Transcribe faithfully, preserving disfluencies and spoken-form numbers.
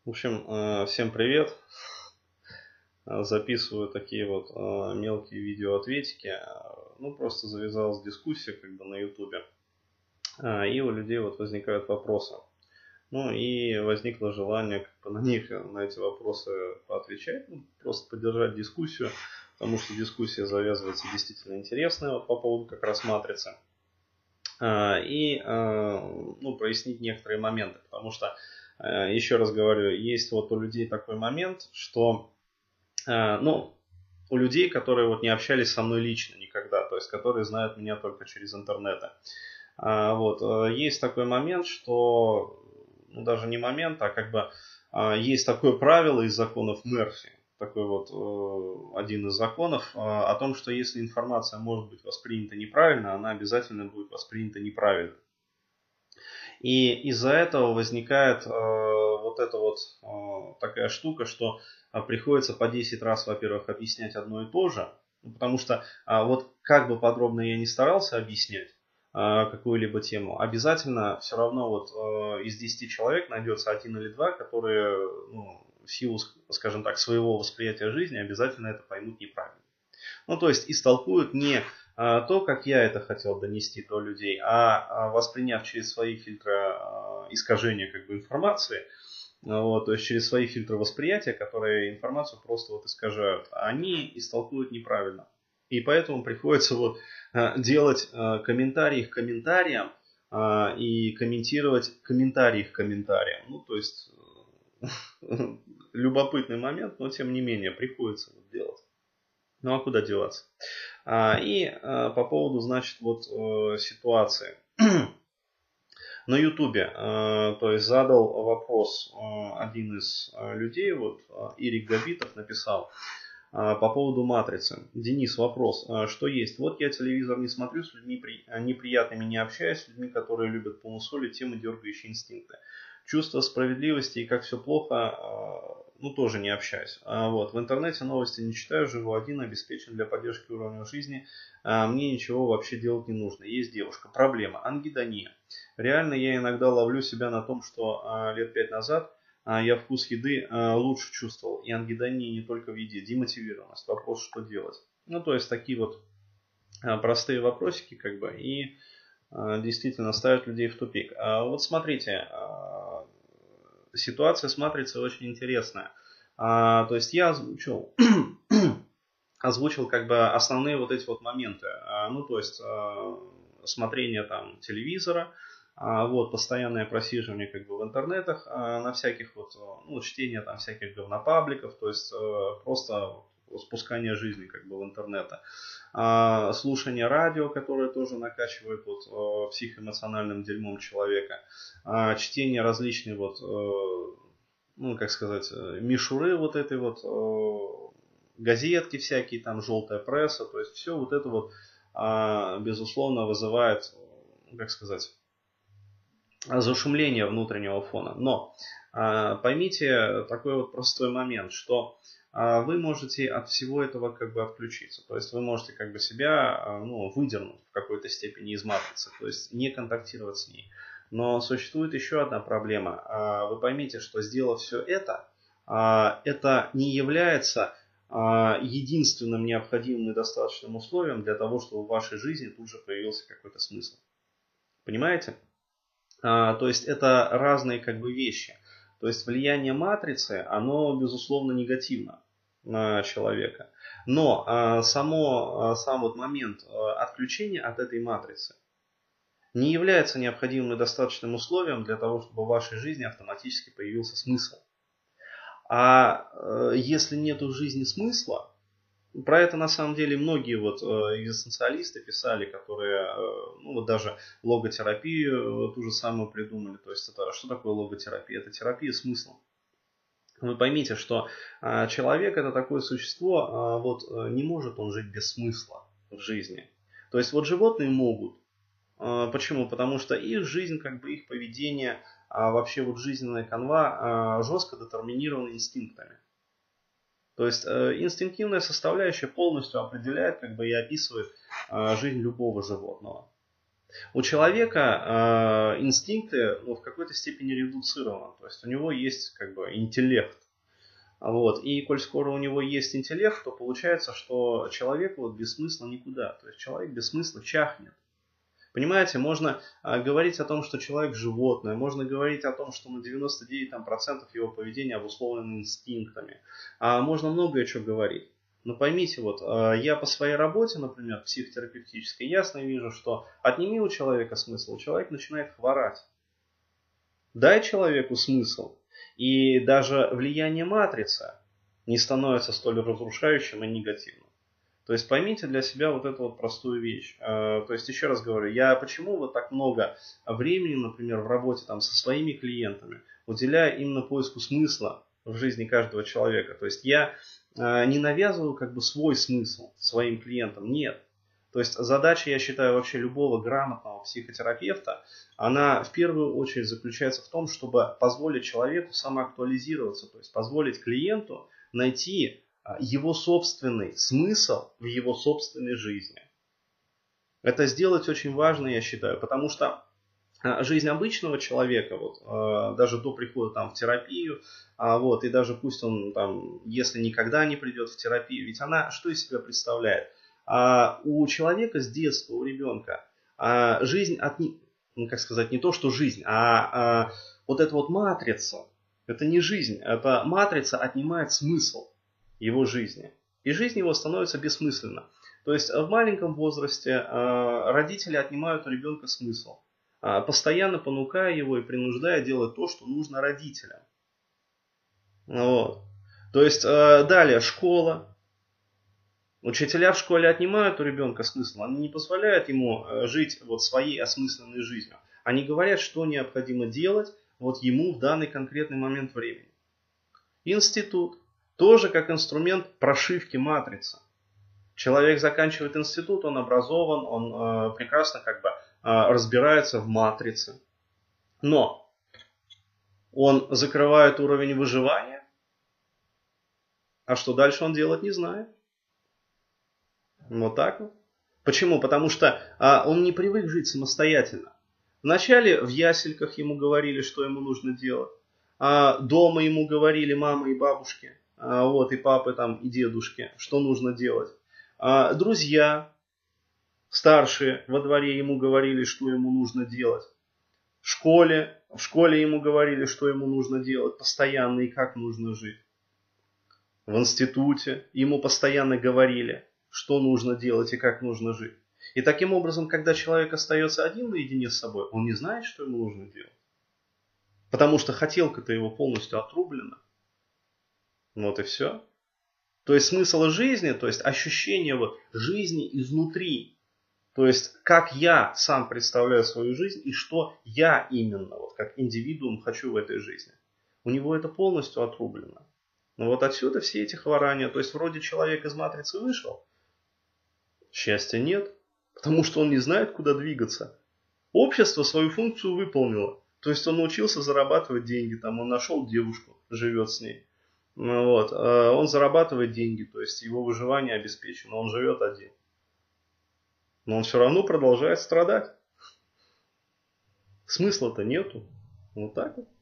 В общем, э, всем привет. Э, Записываю такие вот э, мелкие видеоответики. Э, Ну, просто завязалась дискуссия как бы на Ютубе. Э, И у людей вот возникают вопросы. Ну, и возникло желание как бы на них, э, на эти вопросы поотвечать. Ну, просто поддержать дискуссию, потому что дискуссия завязывается действительно интересная вот по поводу как раз матрицы. Э, И, э, ну, прояснить некоторые моменты, потому что, э, еще раз говорю, есть вот у людей такой момент, что Э, ну, у людей, которые вот не общались со мной лично никогда, то есть которые знают меня только через интернеты. А, вот, э, есть такой момент, что, ну, даже не момент, а как бы а, есть такое правило из законов Мерфи, такой вот э, один из законов, э, о том, что если информация может быть воспринята неправильно, она обязательно будет воспринята неправильно. И из-за этого возникает э, вот эта вот э, такая штука, что э, приходится по десять раз, во-первых, объяснять одно и то же, ну, потому что э, вот как бы подробно я ни старался объяснять э, какую-либо тему, обязательно все равно вот э, из десяти человек найдется один или два, которые, ну, в силу, скажем так, своего восприятия жизни обязательно это поймут неправильно. Ну, то есть истолкуют не а, то, как я это хотел донести до людей, а, а восприняв через свои фильтры а, искажения как бы информации, а, вот, то есть через свои фильтры восприятия, которые информацию просто вот искажают, они истолкуют неправильно. И поэтому приходится вот а, делать а, комментарии к комментариям а, и комментировать комментарии к комментариям. Ну, то есть любопытный момент, но тем не менее приходится вот делать. Ну а куда деваться? А, И а, по поводу, значит, вот э, ситуации. На Ютубе, э, то есть задал вопрос э, один из э, людей, вот э, Ирик Габитов написал э, по поводу матрицы. Денис, вопрос, э, что есть? Вот я телевизор не смотрю, с людьми при- э, неприятными не общаюсь, с людьми, которые любят полусоли, темы, дергающие инстинкты. Чувство справедливости и как все плохо, э, ну тоже не общаюсь. А вот в интернете новости не читаю, живу один, обеспечен для поддержки уровня жизни. А, Мне ничего вообще делать не нужно. Есть девушка. Проблема. Ангидония. Реально я иногда ловлю себя на том, что а, лет пять назад а, я вкус еды а, лучше чувствовал. И ангидония не только в еде. Демотивированность. Вопрос, что делать. Ну, то есть такие вот а, простые вопросики, как бы, и а, действительно ставят людей в тупик. А, вот смотрите, а, ситуация с матрицей очень интересная. А, то есть я озвучил, озвучил как бы основные вот эти вот моменты. А, ну, то есть а, смотрение там телевизора, а, вот, постоянное просиживание как бы в интернетах, а, на всяких вот, ну, чтение там всяких говнопабликов, то есть а, просто спускание жизни как бы в интернет. А, слушание радио, которое тоже накачивает вот а, психоэмоциональным дерьмом человека. А, чтение различных вот, э, ну, как сказать, э, мишуры вот этой вот, э, газетки всякие, там желтая пресса, то есть все вот это вот, а, безусловно, вызывает, ну, как сказать, зашумление внутреннего фона. Но а, поймите такой вот простой момент, что а, вы можете от всего этого как бы отключиться. То есть вы можете как бы себя, а, ну, выдернуть в какой-то степени из матрицы, то есть не контактировать с ней. Но существует еще одна проблема. А, Вы поймите, что сделав все это, а, это не является а, единственным необходимым и достаточным условием для того, чтобы в вашей жизни тут же появился какой-то смысл. Понимаете? А, то есть это разные как бы вещи. То есть влияние матрицы, оно безусловно негативно на человека. Но а, само, а, сам вот момент а, отключения от этой матрицы не является необходимым и достаточным условием для того, чтобы в вашей жизни автоматически появился смысл. А э, если нет в жизни смысла, про это на самом деле многие вот э, экзистенциалисты писали, которые, э, ну вот даже логотерапию э, ту же самую придумали. То есть это что такое логотерапия? Это терапия смыслом. Вы поймите, что э, человек это такое существо, э, вот э, не может он жить без смысла в жизни. То есть вот животные могут. Э, почему? Потому что их жизнь, как бы их поведение, а вообще вот жизненная канва э, жестко детерминирована инстинктами. То есть э, инстинктивная составляющая полностью определяет как бы, и описывает э, жизнь любого животного. У человека э, инстинкты ну, в какой-то степени редуцированы. То есть у него есть как бы интеллект. Вот. И коль скоро у него есть интеллект, то получается, что человек вот без смысла никуда. То есть человек без смысла чахнет. Понимаете, можно а, говорить о том, что человек животное, можно говорить о том, что на девяносто девять процентов его поведения обусловлено инстинктами. А можно многое что говорить. Но поймите, вот а, я по своей работе, например, психотерапевтической, ясно вижу, что отними у человека смысл, человек начинает хворать. Дай человеку смысл, и даже влияние матрицы не становится столь разрушающим и негативным. То есть поймите для себя вот эту вот простую вещь. То есть еще раз говорю, я почему вот так много времени, например, в работе там со своими клиентами уделяю именно поиску смысла в жизни каждого человека. То есть я не навязываю как бы свой смысл своим клиентам, нет. То есть задача, я считаю, вообще любого грамотного психотерапевта, она в первую очередь заключается в том, чтобы позволить человеку самоактуализироваться, то есть позволить клиенту найти его собственный смысл в его собственной жизни. Это сделать очень важно, я считаю, потому что жизнь обычного человека, вот, даже до прихода там, в терапию, вот, и даже пусть он, там, если никогда не придет в терапию, ведь она что из себя представляет? У человека с детства, у ребенка, жизнь, от, ну, как сказать, не то, что жизнь, а вот эта вот матрица, это не жизнь, эта матрица отнимает смысл его жизни. И жизнь его становится бессмысленна. То есть в маленьком возрасте э, родители отнимают у ребенка смысл, э, постоянно понукая его и принуждая делать то, что нужно родителям. Вот. То есть э, далее школа. Учителя в школе отнимают у ребенка смысл, они не позволяют ему жить вот своей осмысленной жизнью. Они говорят, что необходимо делать вот ему в данный конкретный момент времени. Институт. Тоже как инструмент прошивки матрицы. Человек заканчивает институт, он образован, он э, прекрасно как бы э, разбирается в матрице. Но он закрывает уровень выживания, а что дальше он делать не знает. Вот так вот. Почему? Потому что э, он не привык жить самостоятельно. Вначале в ясельках ему говорили, что ему нужно делать. А дома ему говорили мама и бабушки. Вот, и папы там, и дедушки, что нужно делать. А друзья старшие во дворе ему говорили, что ему нужно делать. В школе, в школе ему говорили, что ему нужно делать постоянно и как нужно жить. В институте ему постоянно говорили, что нужно делать и как нужно жить. И таким образом, когда человек остается один наедине с собой, он не знает, что ему нужно делать. Потому что хотелка-то его полностью отрублена. Вот и все. То есть смысл жизни, то есть ощущение вот жизни изнутри. То есть как я сам представляю свою жизнь и что я именно, вот как индивидуум хочу в этой жизни. У него это полностью отрублено. Но вот отсюда все эти хворания. То есть вроде человек из матрицы вышел, счастья нет, потому что он не знает, куда двигаться. Общество свою функцию выполнило. То есть он научился зарабатывать деньги, там он нашел девушку, живет с ней. Вот. Он зарабатывает деньги, то есть его выживание обеспечено, он живет один. Но он все равно продолжает страдать. Смысла-то нету. Вот так вот.